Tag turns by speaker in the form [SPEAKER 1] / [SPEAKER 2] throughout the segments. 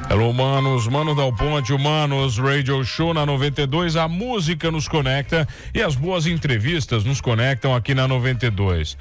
[SPEAKER 1] Alô, manos, Mano Dal Ponte, Humanos Radio Show na 92, a música nos conecta e as boas entrevistas nos conectam aqui na 92.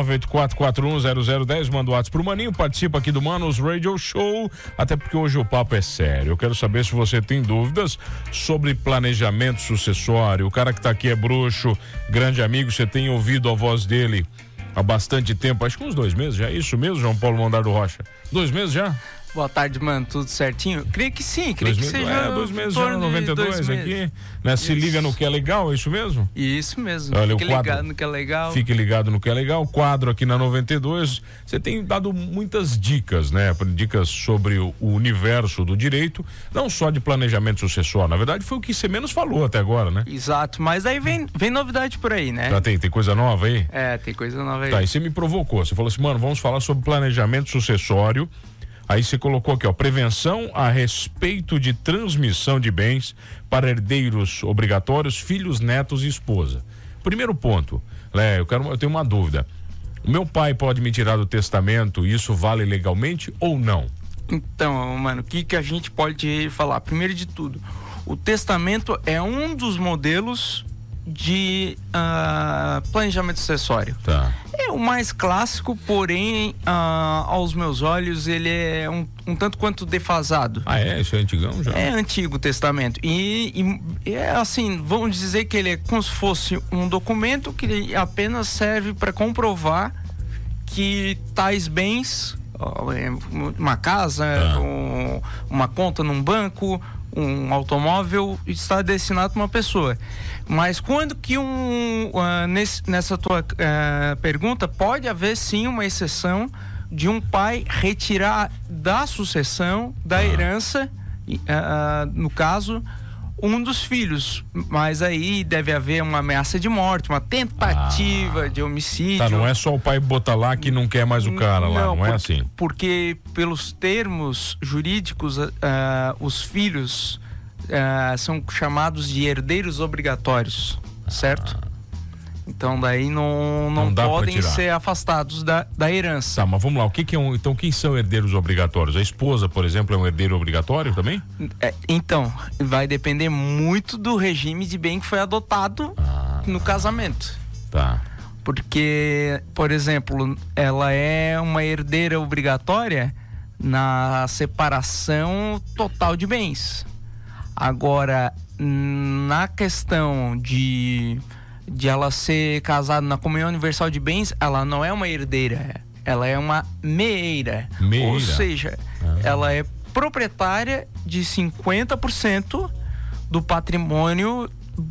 [SPEAKER 1] 984410010, manda o WhatsApp pro Maninho, participa aqui do Manos Radio Show, até porque hoje o papo é sério. Eu quero saber se você tem dúvidas sobre planejamento sucessório. O cara que tá aqui é bruxo, grande amigo, você tem ouvido a voz dele há bastante tempo, acho que uns 2 meses já, é isso mesmo, João Paulo Mondardo Rocha? 2 meses já?
[SPEAKER 2] Boa tarde, mano, tudo certinho? Creio que sim, creio que seja
[SPEAKER 1] 2 meses já, 92 aqui, né? Se liga no que é legal, é isso mesmo?
[SPEAKER 2] Isso mesmo,
[SPEAKER 1] olha,
[SPEAKER 2] fique ligado no que é legal.
[SPEAKER 1] Fique ligado no que é legal, quadro aqui na 92, você tem dado muitas dicas, né? Dicas sobre o universo do direito, não só de planejamento sucessório, na verdade foi o que você menos falou até agora, né?
[SPEAKER 2] Exato, mas aí vem novidade por aí, né?
[SPEAKER 1] Tá, tem coisa nova aí?
[SPEAKER 2] É, tem coisa nova aí.
[SPEAKER 1] Tá, e você me provocou, você falou assim, mano, vamos falar sobre planejamento sucessório. Aí você colocou aqui, ó, prevenção a respeito de transmissão de bens para herdeiros obrigatórios, filhos, netos e esposa. Primeiro ponto, eu tenho uma dúvida. O meu pai pode me tirar do testamento e isso vale legalmente ou não?
[SPEAKER 2] Então, mano, o que a gente pode falar? Primeiro de tudo, o testamento é um dos modelos de planejamento sucessório.
[SPEAKER 1] Tá.
[SPEAKER 2] É o mais clássico, porém, aos meus olhos, ele é um tanto quanto defasado.
[SPEAKER 1] Ah, é? Isso é antigão já?
[SPEAKER 2] É antigo o testamento. E é assim, vamos dizer que ele é como se fosse um documento que apenas serve para comprovar que tais bens, uma casa, uma conta num banco, um automóvel, está destinado para uma pessoa. Mas quando que nessa tua pergunta, pode haver sim uma exceção de um pai retirar da sucessão, da herança, no caso, um dos filhos, mas aí deve haver uma ameaça de morte, uma tentativa de homicídio.
[SPEAKER 1] Tá, não é só o pai botar lá que não quer mais o cara lá, não é assim?
[SPEAKER 2] Porque pelos termos jurídicos, os filhos são chamados de herdeiros obrigatórios, certo? Então daí não podem ser afastados da herança.
[SPEAKER 1] Tá, mas vamos lá, então quem são herdeiros obrigatórios? A esposa, por exemplo, é um herdeiro obrigatório também?
[SPEAKER 2] Então, vai depender muito do regime de bem que foi adotado no casamento.
[SPEAKER 1] Tá.
[SPEAKER 2] Porque, por exemplo, ela é uma herdeira obrigatória na separação total de bens. Agora, na questão de ela ser casada na comunhão universal de bens, ela não é uma herdeira, ela é uma meeira. Ou seja, ela é proprietária de 50% do patrimônio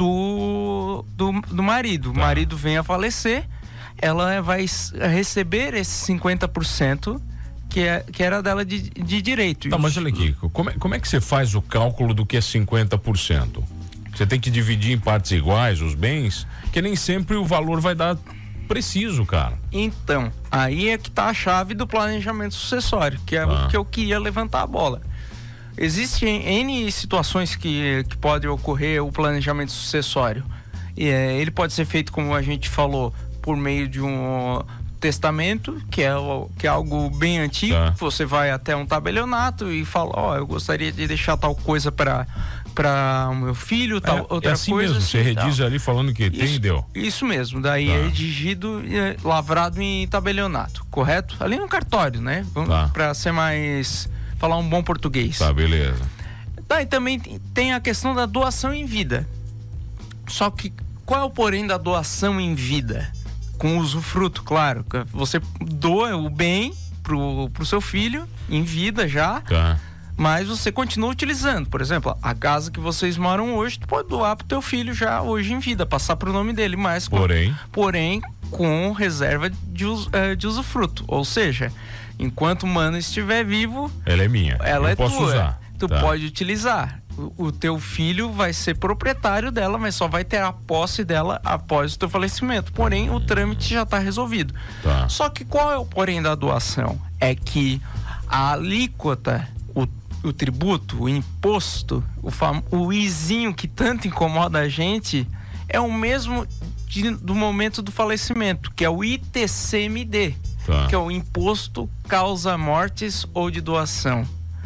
[SPEAKER 2] do marido. O marido vem a falecer, ela vai receber esse 50% que era dela de direito.
[SPEAKER 1] Tá, mas olha aqui, como é que você faz o cálculo do que é 50%? Você tem que dividir em partes iguais os bens, que nem sempre o valor vai dar preciso, cara. Então,
[SPEAKER 2] aí é que tá a chave do planejamento sucessório, que é o que eu queria levantar a bola. Existem N situações que pode ocorrer o planejamento sucessório. Ele pode ser feito, como a gente falou, por meio de um testamento, que é algo bem antigo. Você vai até um tabelionato e fala, eu gostaria de deixar tal coisa para o meu filho, tal outra
[SPEAKER 1] assim
[SPEAKER 2] coisa.
[SPEAKER 1] Mesmo, você redige ali falando que tem e deu.
[SPEAKER 2] Isso mesmo, daí é redigido, lavrado em tabelionato, correto? Ali no cartório, né? Para ser mais, falar um bom português.
[SPEAKER 1] Tá, beleza.
[SPEAKER 2] E também tem a questão da doação em vida. Só que qual é o porém da doação em vida? Com usufruto, claro. Você doa o bem pro seu filho em vida já, mas você continua utilizando. Por exemplo, a casa que vocês moram hoje, tu pode doar pro teu filho já hoje em vida, passar pro nome dele, mas porém com reserva de usufruto. Ou seja, enquanto o mano estiver vivo,
[SPEAKER 1] ela é minha.
[SPEAKER 2] Ela é
[SPEAKER 1] posso
[SPEAKER 2] tua.
[SPEAKER 1] Usar.
[SPEAKER 2] Tu pode utilizar. O teu filho vai ser proprietário dela, mas só vai ter a posse dela após o teu falecimento. Porém, o trâmite já está resolvido. Só que qual é o porém da doação? É que a alíquota, o tributo, o imposto, o izinho que tanto incomoda a gente, é o mesmo do momento do falecimento, que é o ITCMD, que é o Imposto Causa Mortes ou de Doação.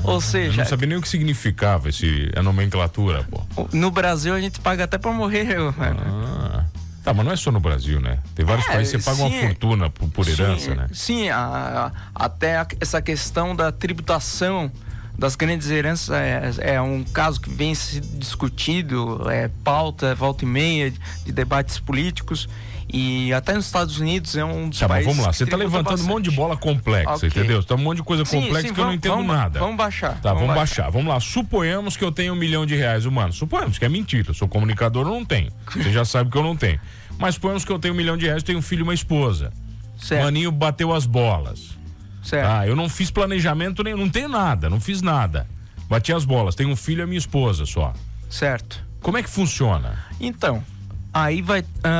[SPEAKER 2] Ou seja...
[SPEAKER 1] Eu não sabia nem o que significava a nomenclatura, pô.
[SPEAKER 2] No Brasil a gente paga até pra morrer, mano.
[SPEAKER 1] Tá, mas não é só no Brasil, né? Tem vários países que você paga uma fortuna por herança, né?
[SPEAKER 2] Sim, até essa questão da tributação das grandes heranças é um caso que vem se discutido, pauta, volta e meia de debates políticos. E até nos Estados Unidos é um dos países.
[SPEAKER 1] Vamos lá, você tá levantando
[SPEAKER 2] bastante.
[SPEAKER 1] Um monte de bola complexa, entendeu? Tá um monte de coisa complexa que eu não entendo nada.
[SPEAKER 2] Vamos baixar.
[SPEAKER 1] Tá, vamos baixar. Vamos lá, suponhamos que eu tenho R$1 milhão, mano. Suponhamos que é mentira. Eu sou comunicador, eu não tenho. Você já sabe que eu não tenho. Mas suponhamos que eu tenho R$1 milhão, tenho um filho e uma esposa.
[SPEAKER 2] Certo.
[SPEAKER 1] Maninho bateu as bolas.
[SPEAKER 2] Certo.
[SPEAKER 1] Eu não fiz planejamento nenhum, não tenho nada, não fiz nada. Bati as bolas, tenho um filho e a minha esposa só.
[SPEAKER 2] Certo.
[SPEAKER 1] Como é que funciona?
[SPEAKER 2] Então, aí vai...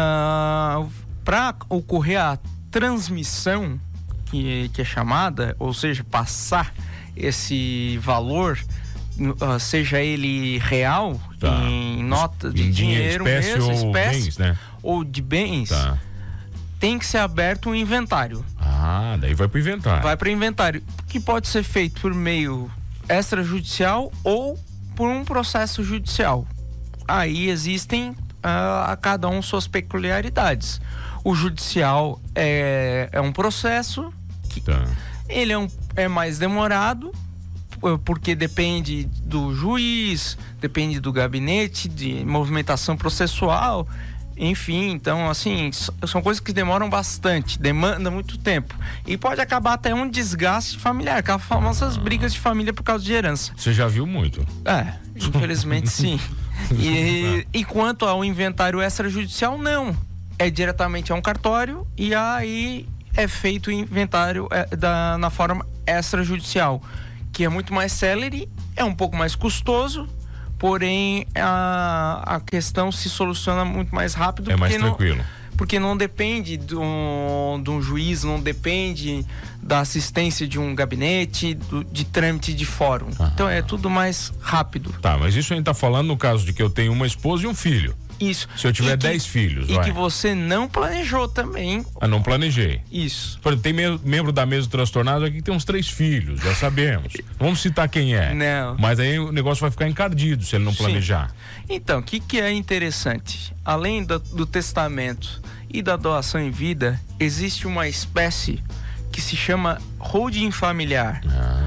[SPEAKER 2] para ocorrer a transmissão, que é chamada, ou seja, passar esse valor, seja ele real, em nota de dinheiro
[SPEAKER 1] espécie
[SPEAKER 2] mesmo,
[SPEAKER 1] ou
[SPEAKER 2] espécie,
[SPEAKER 1] bens, né?
[SPEAKER 2] ou de bens, tem que ser aberto um inventário.
[SPEAKER 1] Daí vai pro inventário.
[SPEAKER 2] Vai para o inventário, que pode ser feito por meio extrajudicial ou por um processo judicial. Aí existem a cada um suas peculiaridades. O judicial é um processo que ele é mais demorado, porque depende do juiz, depende do gabinete, de movimentação processual, enfim, então assim, são coisas que demoram bastante, demanda muito tempo e pode acabar até um desgaste familiar, aquelas famosas brigas de família por causa de herança.
[SPEAKER 1] Você já viu muito?
[SPEAKER 2] Infelizmente sim. E quanto ao inventário extrajudicial, não. É diretamente a um cartório e aí é feito o inventário na forma extrajudicial, que é muito mais célere, é um pouco mais custoso, porém a questão se soluciona muito mais rápido.
[SPEAKER 1] É mais tranquilo.
[SPEAKER 2] Porque não depende de um juiz, não depende da assistência de um gabinete, de trâmite de fórum. Então é tudo mais rápido.
[SPEAKER 1] Tá, mas isso a gente tá falando no caso de que eu tenho uma esposa e um filho.
[SPEAKER 2] Isso.
[SPEAKER 1] Se eu tiver 10 filhos,
[SPEAKER 2] que você não planejou também.
[SPEAKER 1] Não planejei.
[SPEAKER 2] Isso.
[SPEAKER 1] Por exemplo, tem membro da mesa transtornado aqui que tem uns 3 filhos, já sabemos. Vamos citar quem é.
[SPEAKER 2] Não.
[SPEAKER 1] Mas aí o negócio vai ficar encardido se ele não planejar.
[SPEAKER 2] Então, o que é interessante? Além do testamento e da doação em vida, existe uma espécie que se chama holding familiar.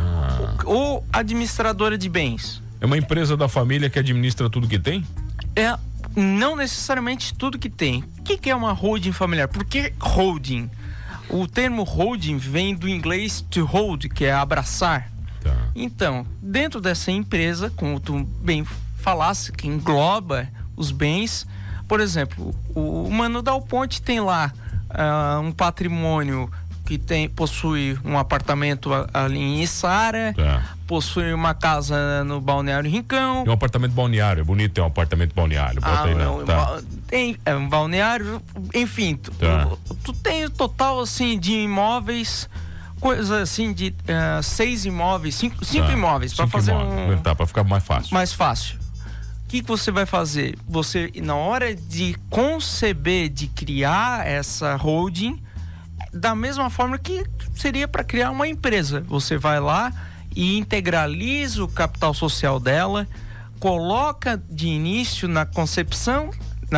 [SPEAKER 2] Ou administradora de bens.
[SPEAKER 1] É uma empresa da família que administra tudo que tem?
[SPEAKER 2] Não necessariamente tudo que tem. O que é uma holding familiar? Por que holding? O termo holding vem do inglês to hold, que é abraçar. Então, dentro dessa empresa, como tu bem falasse, que engloba os bens, por exemplo, o Mano Dal Ponte tem lá um patrimônio que possui um apartamento ali em Içara, possui uma casa no Balneário Rincão.
[SPEAKER 1] E um apartamento balneário, é bonito ter um apartamento balneário, bota aí não.
[SPEAKER 2] Tem um balneário, enfim, tu tem o total assim de imóveis, coisa assim de 6 imóveis, 5 imóveis, para fazer
[SPEAKER 1] para ficar mais fácil.
[SPEAKER 2] Mais fácil. O que você vai fazer? Você, na hora de conceber, de criar essa holding, da mesma forma que seria para criar uma empresa. Você vai lá e integraliza o capital social dela, coloca de início na concepção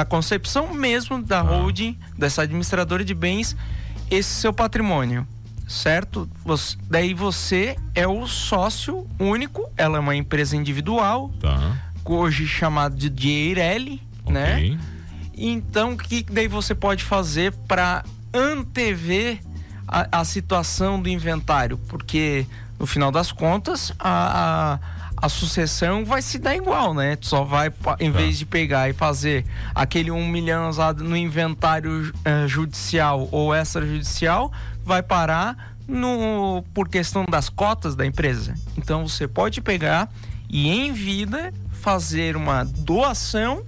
[SPEAKER 2] mesmo da holding, dessa administradora de bens, esse seu patrimônio, certo? Daí você é o sócio único, ela é uma empresa individual, hoje chamada de Eireli, né? Então, o que daí você pode fazer para antever a situação do inventário? Porque no final das contas a sucessão vai se dar igual, né? Tu só vai, em vez de pegar e fazer aquele 1 milhão usado no inventário judicial ou extrajudicial, vai parar por questão das cotas da empresa. Então você pode pegar e em vida fazer uma doação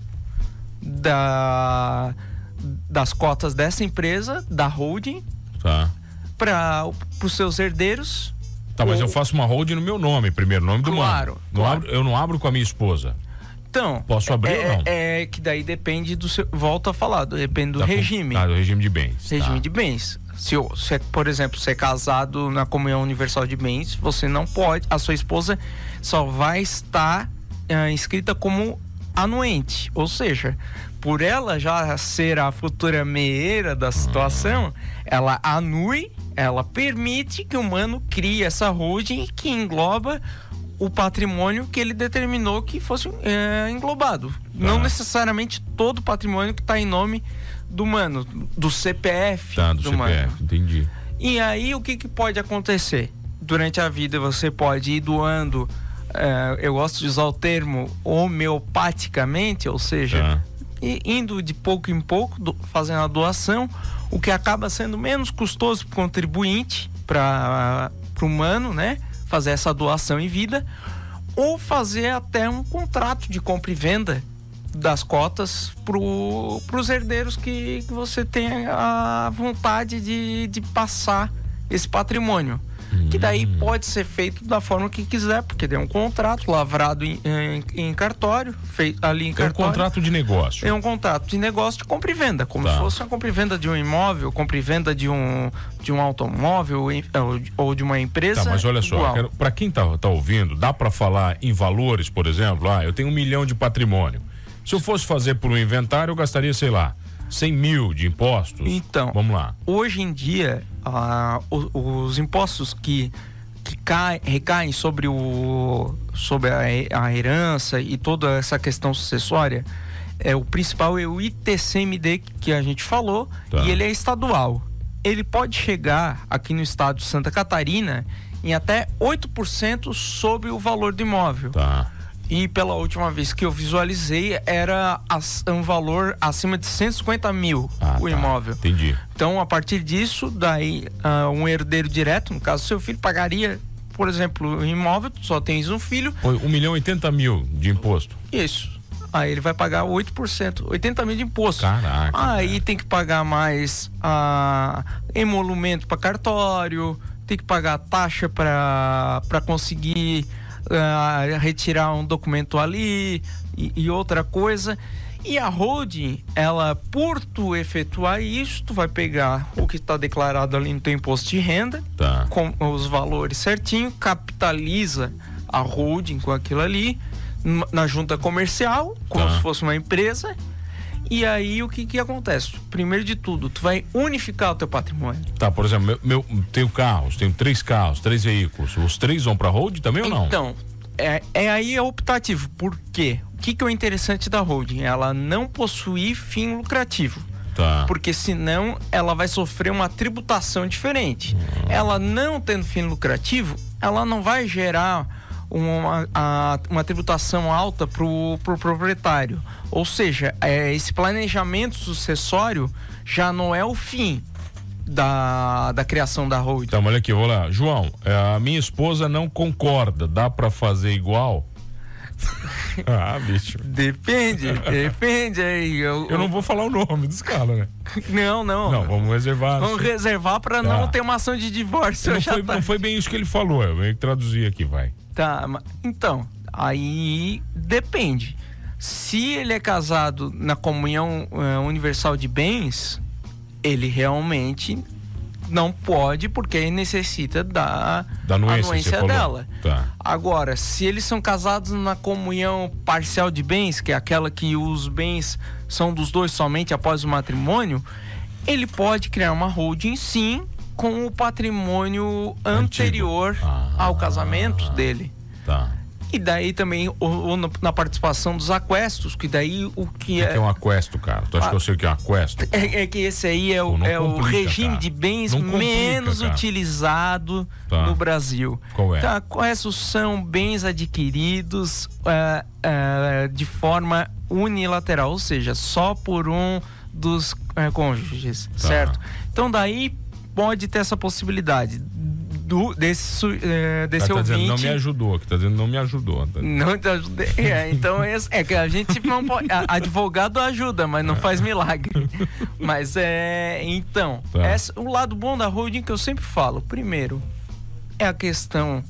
[SPEAKER 2] das cotas dessa empresa, da holding, para os seus herdeiros.
[SPEAKER 1] Mas eu faço uma holding no meu nome, primeiro nome do mano. Eu não abro com a minha esposa.
[SPEAKER 2] Então,
[SPEAKER 1] posso abrir ou não?
[SPEAKER 2] Que daí depende do seu, volto a falar, depende do regime.
[SPEAKER 1] Do regime de bens.
[SPEAKER 2] Regime de bens. Se, por exemplo, você é casado na comunhão universal de bens, você não pode, a sua esposa só vai estar inscrita como anuente, ou seja, por ela já ser a futura meeira da situação, ela anui, ela permite que o mano crie essa holding que engloba o patrimônio que ele determinou que fosse englobado. Não necessariamente todo o patrimônio que está em nome do mano, do CPF
[SPEAKER 1] do
[SPEAKER 2] do
[SPEAKER 1] CPF,
[SPEAKER 2] mano.
[SPEAKER 1] Entendi.
[SPEAKER 2] E aí o que pode acontecer? Durante a vida você pode ir doando, eu gosto de usar o termo homeopaticamente, ou seja, indo de pouco em pouco, fazendo a doação, o que acaba sendo menos custoso para o contribuinte, para o mano, né? Fazer essa doação em vida, ou fazer até um contrato de compra e venda das cotas para os herdeiros que você tem a vontade de passar esse patrimônio. Que daí pode ser feito da forma que quiser, porque tem um contrato lavrado em cartório, feito ali em cartório.
[SPEAKER 1] É um contrato de negócio.
[SPEAKER 2] É um contrato de negócio de compra e venda, como se fosse uma compra e venda de um imóvel, compra e venda de um automóvel ou de uma empresa.
[SPEAKER 1] Tá, mas olha só, para quem tá ouvindo, dá para falar em valores, por exemplo, eu tenho 1 milhão de patrimônio. Se eu fosse fazer por um inventário, eu gastaria, sei lá, 100 mil de impostos.
[SPEAKER 2] Então,
[SPEAKER 1] vamos lá.
[SPEAKER 2] Hoje em dia, os impostos que recaem sobre a herança e toda essa questão sucessória, o principal é o ITCMD que a gente falou, e ele é estadual. Ele pode chegar aqui no estado de Santa Catarina em até 8% sobre o valor do imóvel. E pela última vez que eu visualizei, era um valor acima de 150 mil o imóvel.
[SPEAKER 1] Entendi.
[SPEAKER 2] Então, a partir disso, daí um herdeiro direto, no caso seu filho, pagaria, por exemplo, o imóvel, só tens um filho.
[SPEAKER 1] 1.080.000 de imposto.
[SPEAKER 2] Isso. Aí ele vai pagar 8%, 80 mil de imposto.
[SPEAKER 1] Caraca.
[SPEAKER 2] Aí tem que pagar mais emolumento para cartório, tem que pagar taxa para conseguir retirar um documento ali e outra coisa. E a holding, ela, por tu efetuar isso, tu vai pegar o que está declarado ali no teu imposto de renda, com os valores certinho, capitaliza a holding com aquilo ali na junta comercial, como se fosse uma empresa. E aí o que acontece? Primeiro de tudo, tu vai unificar o teu patrimônio.
[SPEAKER 1] Por exemplo, tenho carros, tenho 3 carros, 3 veículos. Os 3 vão pra holding também ou não?
[SPEAKER 2] Então, aí é optativo. Por quê? O que é o interessante da holding? Ela não possuir fim lucrativo. Porque senão ela vai sofrer uma tributação diferente. Ela não tendo fim lucrativo, ela não vai gerar uma tributação alta pro proprietário. Ou seja, esse planejamento sucessório já não é o fim da criação da holding.
[SPEAKER 1] Então, olha aqui, eu vou lá. João, a minha esposa não concorda, dá pra fazer igual? Bicho.
[SPEAKER 2] Depende aí.
[SPEAKER 1] Eu não vou falar o nome dos caras, né?
[SPEAKER 2] Não,
[SPEAKER 1] vamos reservar.
[SPEAKER 2] Vamos reservar pra não ter uma ação de divórcio.
[SPEAKER 1] Não foi bem isso que ele falou, eu venho traduzir aqui, vai.
[SPEAKER 2] Então, aí depende. Se ele é casado na comunhão universal de bens, ele realmente não pode, porque ele necessita da anuência dela. Agora, se eles são casados na comunhão parcial de bens, que é aquela que os bens são dos dois somente após o matrimônio, ele pode criar uma holding, sim, com o patrimônio anterior ao casamento dele. E daí também na participação dos aquestos, que daí o que
[SPEAKER 1] é um aquesto, cara? Tu acha que eu sei o que é um aquesto?
[SPEAKER 2] É que esse aí é o regime de bens menos utilizado no Brasil.
[SPEAKER 1] Qual é?
[SPEAKER 2] Então, aquestos são bens adquiridos de forma unilateral, ou seja, só por um dos cônjuges, certo? Então daí pode ter essa possibilidade desse ouvinte.
[SPEAKER 1] Dizendo, não me ajudou, que tá dizendo não me ajudou.
[SPEAKER 2] Não te ajudei. Então é que a gente não pode. Advogado ajuda, mas não faz milagre. Mas então, o lado bom da holding que eu sempre falo, primeiro, é a questão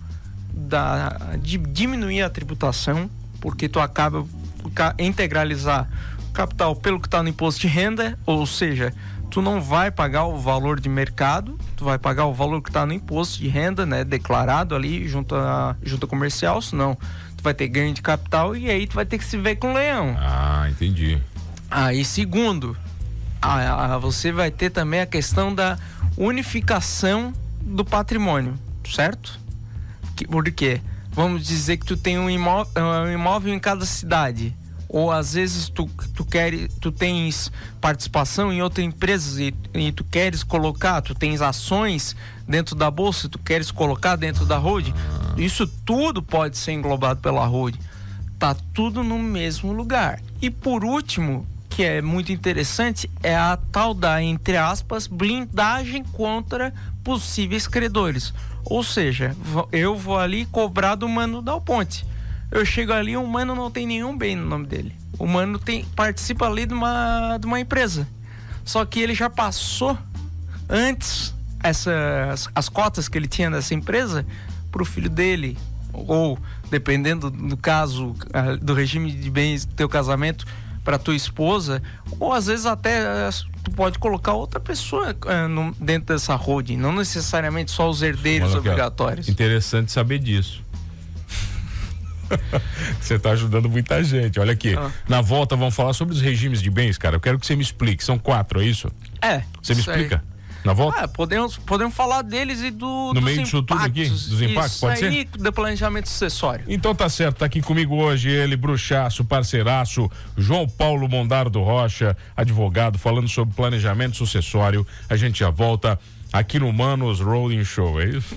[SPEAKER 2] de diminuir a tributação, porque tu acaba integralizar o capital pelo que está no imposto de renda, ou seja, tu não vai pagar o valor de mercado, tu vai pagar o valor que está no imposto de renda, né, declarado ali junto à junta comercial, senão tu vai ter ganho de capital e aí tu vai ter que se ver com o leão.
[SPEAKER 1] Ah, entendi.
[SPEAKER 2] Aí, segundo, você vai ter também a questão da unificação do patrimônio, certo? Por quê? Vamos dizer que tu tem um imóvel em cada cidade, ou às vezes tu tens participação em outra empresa e tu queres colocar, tu tens ações dentro da bolsa, tu queres colocar dentro da holding, isso tudo pode ser englobado pela holding. Tá tudo no mesmo lugar. E por último, que é muito interessante, é a tal da, entre aspas, blindagem contra possíveis credores. Ou seja, eu vou ali cobrar do Mano Dal Ponte. Eu chego ali, o Mano não tem nenhum bem no nome dele. O Mano participa ali de uma empresa. Só que ele já passou antes as cotas que ele tinha nessa empresa pro filho dele. Ou, dependendo do caso, do regime de bens do teu casamento, para tua esposa, ou às vezes até tu pode colocar outra pessoa dentro dessa holding, não necessariamente só os herdeiros obrigatórios.
[SPEAKER 1] Interessante saber disso. Você está ajudando muita gente. Olha aqui, na volta vamos falar sobre os regimes de bens, cara. Eu quero que você me explique. São 4, é isso? Você me explica?
[SPEAKER 2] Aí.
[SPEAKER 1] Na volta?
[SPEAKER 2] Podemos falar deles e
[SPEAKER 1] no meio disso tudo aqui, dos impactos, pode ser?
[SPEAKER 2] Isso aí, do planejamento sucessório.
[SPEAKER 1] Então tá certo, tá aqui comigo hoje ele, bruxaço, parceiraço, João Paulo Mondardo Rocha, advogado, falando sobre planejamento sucessório. A gente já volta aqui no Manos Rolling Show, é isso?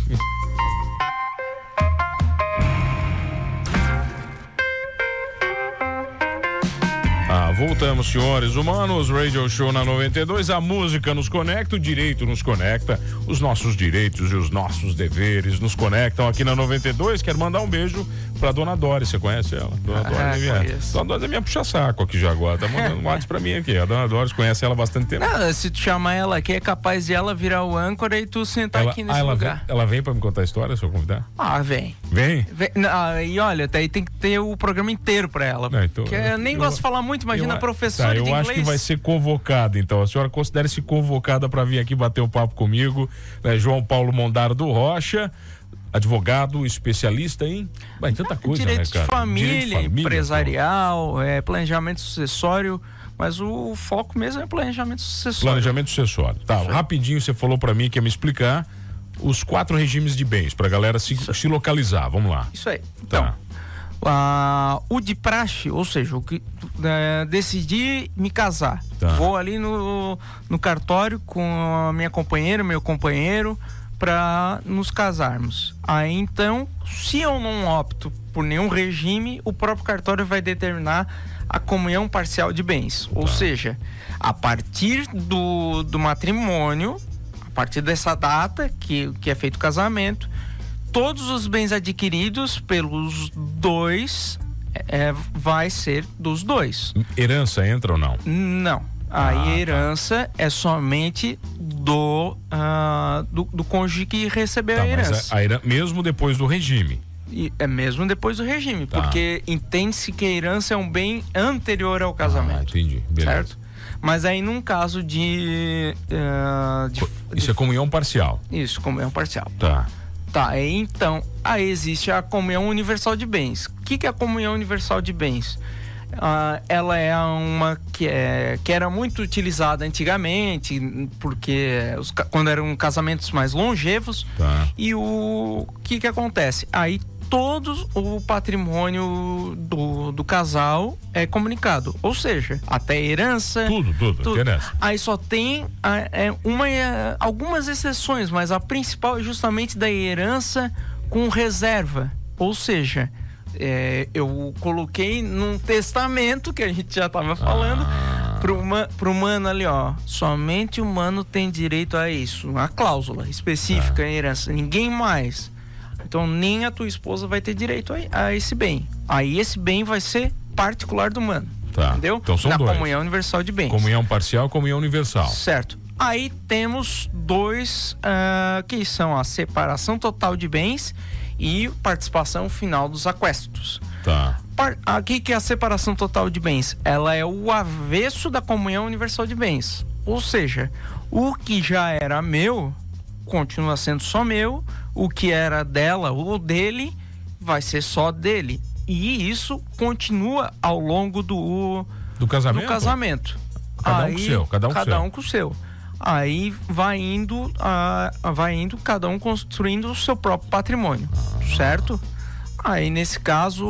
[SPEAKER 1] Voltamos, senhores. Humanos Radio Show na 92. A música nos conecta, o direito nos conecta, os nossos direitos e os nossos deveres nos conectam aqui na 92. Quero mandar um beijo pra Dona Doris. Você conhece ela? Dona Doris Dona Doris é minha puxa-saco aqui já agora. Tá mandando um WhatsApp pra mim aqui. A Dona Doris conhece ela há bastante tempo.
[SPEAKER 2] Se tu chamar ela aqui, é capaz de ela virar o âncora e tu sentar aqui nesse lugar.
[SPEAKER 1] Ela vem pra me contar a história, se eu convidar?
[SPEAKER 2] Vem.
[SPEAKER 1] Vem?
[SPEAKER 2] E olha, daí tem que ter o programa inteiro pra ela. Porque eu nem gosto de falar muito, imagina a professora de inglês.
[SPEAKER 1] Eu acho que vai ser convocada, então. A senhora considere-se convocada para vir aqui bater um papo comigo, né? João Paulo Mondardo Rocha, advogado, especialista em tanta coisa,
[SPEAKER 2] direito,
[SPEAKER 1] né, cara?
[SPEAKER 2] De família, empresarial, planejamento sucessório, mas o foco mesmo é planejamento sucessório.
[SPEAKER 1] Planejamento sucessório. Tá, rapidinho você falou para mim que ia me explicar os 4 regimes de bens, pra galera se localizar. Vamos lá.
[SPEAKER 2] Isso aí.
[SPEAKER 1] Tá.
[SPEAKER 2] O de praxe, ou seja, o que decidi me casar. Vou ali no cartório com a minha companheira, meu companheiro, para nos casarmos. Aí então, se eu não opto por nenhum regime, o próprio cartório vai determinar a comunhão parcial de bens. Ou seja, a partir do matrimônio, a partir dessa data que é feito o casamento, todos os bens adquiridos pelos dois vai ser dos dois.
[SPEAKER 1] Herança entra ou não?
[SPEAKER 2] Não. A herança é somente do cônjuge que recebeu a herança.
[SPEAKER 1] Mas mesmo depois do regime.
[SPEAKER 2] É mesmo depois do regime, porque entende-se que a herança é um bem anterior ao casamento.
[SPEAKER 1] Entendi. Beleza.
[SPEAKER 2] Certo? Mas aí num caso
[SPEAKER 1] isso é comunhão parcial.
[SPEAKER 2] Isso, comunhão parcial. Então, aí existe a comunhão universal de bens. O que é a comunhão universal de bens? Ela é uma que era muito utilizada antigamente, porque quando eram casamentos mais longevos. E o que acontece? Aí todo o patrimônio do casal é comunicado, ou seja, até herança,
[SPEAKER 1] tudo. Herança.
[SPEAKER 2] Aí só tem algumas exceções, mas a principal é justamente da herança com reserva, ou seja, eu coloquei num testamento que a gente já estava falando pro mano ali, somente o mano tem direito a isso, uma cláusula específica em herança, ninguém mais. Então nem a tua esposa vai ter direito a esse bem. Aí esse bem vai ser particular do mano. Entendeu?
[SPEAKER 1] Então são dois.
[SPEAKER 2] Comunhão universal de bens.
[SPEAKER 1] Comunhão parcial, comunhão universal.
[SPEAKER 2] Certo. Aí temos dois que são a separação total de bens e participação final dos aquestos. Aqui que é a separação total de bens. Ela é o avesso da comunhão universal de bens. Ou seja, o que já era meu continua sendo só meu, o que era dela ou dele vai ser só dele. E isso continua ao longo do casamento.
[SPEAKER 1] Cada um com o seu.
[SPEAKER 2] Cada um com o seu. Aí vai indo, cada um construindo o seu próprio patrimônio, certo? Aí nesse caso,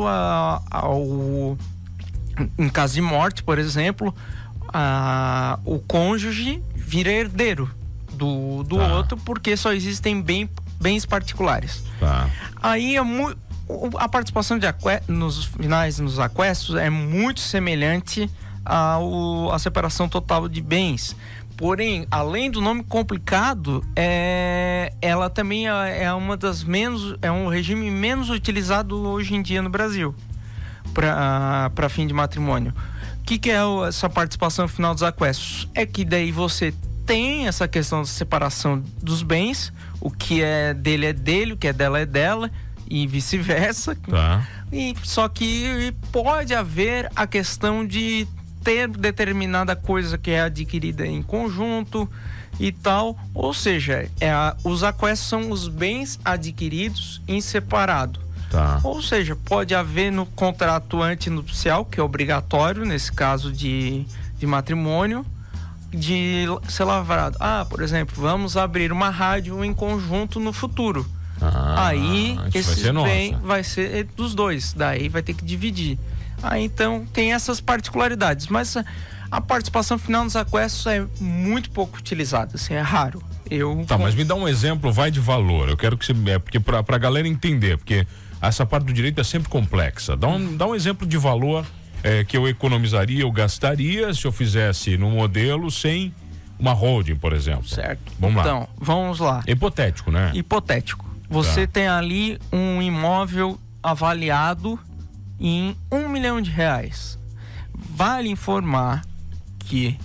[SPEAKER 2] em caso de morte, por exemplo, o cônjuge vira herdeiro do outro, porque só existem bens particulares. Aí a participação nos aquestos é muito semelhante à separação total de bens. Porém, além do nome complicado, ela também é um regime menos utilizado hoje em dia no Brasil para fim de matrimônio. O que é essa participação final dos aquestos? É que daí você tem essa questão da separação dos bens, o que é dele, o que é dela e vice-versa. E só que pode haver a questão de ter determinada coisa que é adquirida em conjunto e tal, ou seja, os aquestos são os bens adquiridos em separado. Ou seja, pode haver no contrato antinupcial, que é obrigatório nesse caso de matrimônio, de ser lavrado. Por exemplo, vamos abrir uma rádio em conjunto no futuro. Aí esse bem vai ser dos dois, daí vai ter que dividir. Então tem essas particularidades, mas a participação final nos aquestos é muito pouco utilizada, assim, é raro.
[SPEAKER 1] Mas me dá um exemplo, vai de valor. Eu quero que você, porque pra galera entender, porque essa parte do direito é sempre complexa. Dá um exemplo de valor que eu economizaria, eu gastaria se eu fizesse no modelo sem uma holding, por exemplo.
[SPEAKER 2] Certo.
[SPEAKER 1] Vamos lá. Hipotético, né?
[SPEAKER 2] Hipotético. Você tem ali um imóvel avaliado em R$1 milhão. Vale informar que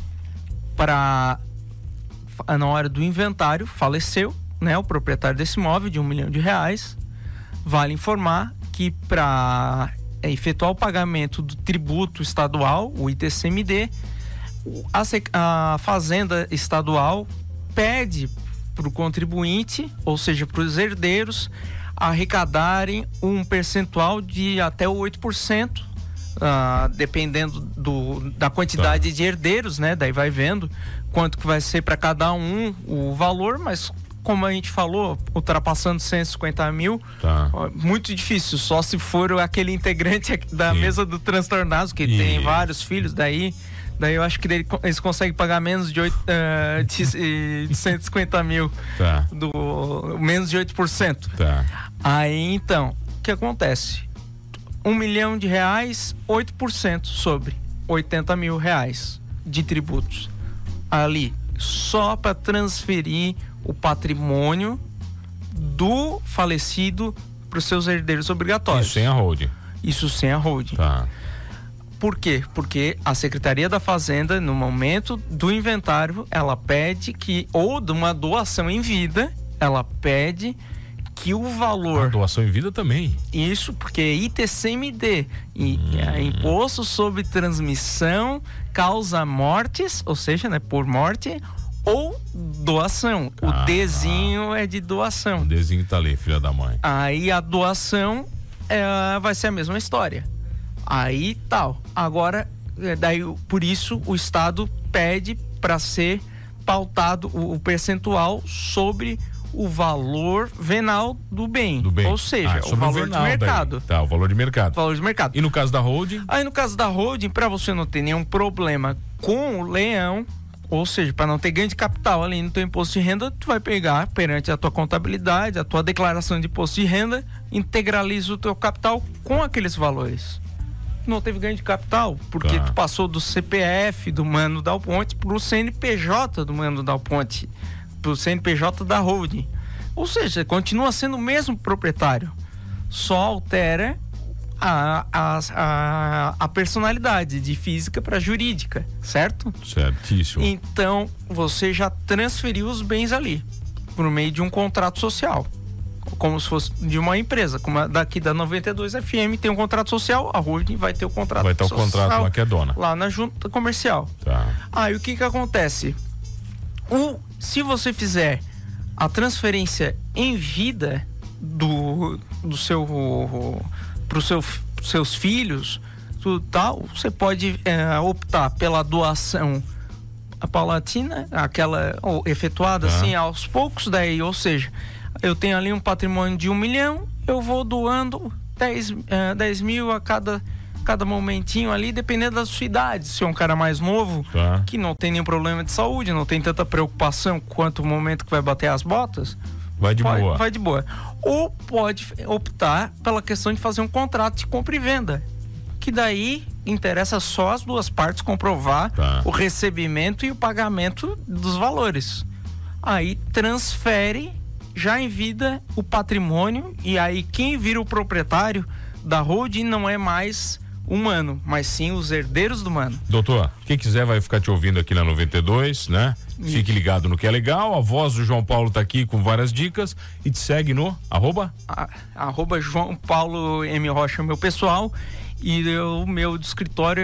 [SPEAKER 2] na hora do inventário faleceu, né, o proprietário desse imóvel de R$1 milhão. Vale informar que para efetuar o pagamento do tributo estadual, o ITCMD, a Fazenda Estadual pede para o contribuinte, ou seja, para os herdeiros, arrecadarem um percentual de até 8%, dependendo da quantidade de herdeiros, né? Daí vai vendo quanto que vai ser para cada um o valor, mas como a gente falou, ultrapassando 150 mil, muito difícil, só se for aquele integrante da mesa do transtornado, que tem vários filhos, daí eu acho que eles conseguem pagar menos de 150 mil, menos de 8%. Aí então, o que acontece? R$1 milhão, 8% sobre R$80 mil de tributos. Ali, só para transferir o patrimônio do falecido para os seus herdeiros obrigatórios. Isso sem a holding. Por quê? Porque a Secretaria da Fazenda, no momento do inventário, ela pede ou de uma doação em vida, ela pede que o valor...
[SPEAKER 1] doação em vida também.
[SPEAKER 2] Isso, porque é ITCMD, Imposto sobre Transmissão, Causa Mortes, ou seja, né, por morte, ou doação. O Dzinho é de doação.
[SPEAKER 1] O Dzinho tá ali, filha da mãe.
[SPEAKER 2] Aí a doação vai ser a mesma história. Aí tal. Agora, daí por isso o Estado pede para ser pautado o percentual sobre o valor venal do bem. Ou seja, o valor de mercado.
[SPEAKER 1] O valor de mercado.
[SPEAKER 2] E
[SPEAKER 1] no caso da holding?
[SPEAKER 2] Aí no caso da holding, para você não ter nenhum problema com o leão, ou seja, para não ter ganho de capital ali no teu imposto de renda, tu vai pegar perante a tua contabilidade, a tua declaração de imposto de renda, integraliza o teu capital com aqueles valores. Não teve ganho de capital, porque tu passou do CPF do Mano Dal Ponte pro CNPJ do Mano Dal Ponte, pro CNPJ da holding. Ou seja, continua sendo o mesmo proprietário, só altera a personalidade de física para jurídica, certo?
[SPEAKER 1] Certíssimo.
[SPEAKER 2] Então, você já transferiu os bens ali, por meio de um contrato social, como se fosse de uma empresa, como daqui da 92 FM tem um contrato social, a holding vai ter o contrato social.
[SPEAKER 1] Vai ter o contrato lá que é dona.
[SPEAKER 2] Lá na junta comercial. Aí o que acontece? Se você fizer a transferência em vida para seus filhos, tudo tal, você pode optar pela doação paulatina, aquela efetuada assim aos poucos, daí, ou seja, eu tenho ali um patrimônio de 1 milhão, eu vou doando 10 mil a cada momentinho ali, dependendo da sua idade. Se é um cara mais novo, que não tem nenhum problema de saúde, não tem tanta preocupação quanto o momento que vai bater as botas, vai de boa. Ou pode optar pela questão de fazer um contrato de compra e venda, que daí interessa só as duas partes comprovar o recebimento e o pagamento dos valores. Aí transfere já em vida o patrimônio, e aí quem vira o proprietário da holding não é mais o mano, mas sim os herdeiros do mano.
[SPEAKER 1] Doutor, quem quiser vai ficar te ouvindo aqui na 92, né? Fique ligado no que é legal. A voz do João Paulo tá aqui com várias dicas, e te segue no
[SPEAKER 2] arroba João Paulo M. Rocha, meu pessoal. E o meu escritório é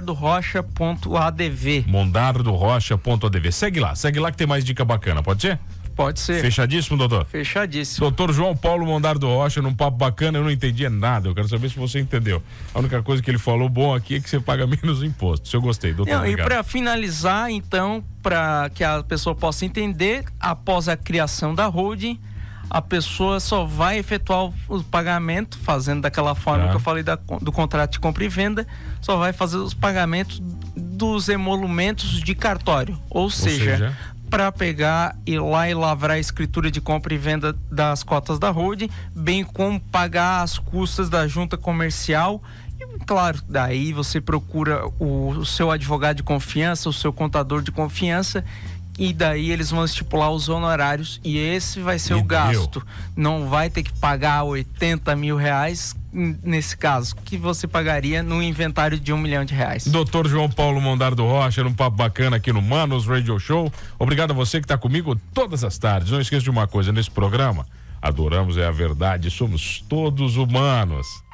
[SPEAKER 2] mondardorocha.adv.
[SPEAKER 1] Mondardorocha.adv. Segue lá que tem mais dica bacana, pode ser?
[SPEAKER 2] Pode ser.
[SPEAKER 1] Fechadíssimo, doutor?
[SPEAKER 2] Fechadíssimo.
[SPEAKER 1] Doutor João Paulo Mondardo Rocha, num papo bacana, eu não entendi nada, eu quero saber se você entendeu. A única coisa que ele falou bom aqui é que você paga menos imposto. Se eu gostei, doutor.
[SPEAKER 2] E para finalizar, então, para que a pessoa possa entender, após a criação da holding, a pessoa só vai efetuar o pagamento, fazendo daquela forma que eu falei do contrato de compra e venda, só vai fazer os pagamentos dos emolumentos de cartório. Ou seja, para pegar e lavrar a escritura de compra e venda das cotas da holding, bem como pagar as custas da junta comercial. E, claro, daí você procura o seu advogado de confiança, o seu contador de confiança, e daí eles vão estipular os honorários, e esse vai ser o gasto. Não vai ter que pagar 80 mil reais nesse caso, que você pagaria no inventário de R$1 milhão.
[SPEAKER 1] Doutor João Paulo Mondardo Rocha, num papo bacana aqui no Manos Radio Show. Obrigado a você que está comigo todas as tardes. Não esqueça de uma coisa, nesse programa, adoramos a verdade, somos todos humanos.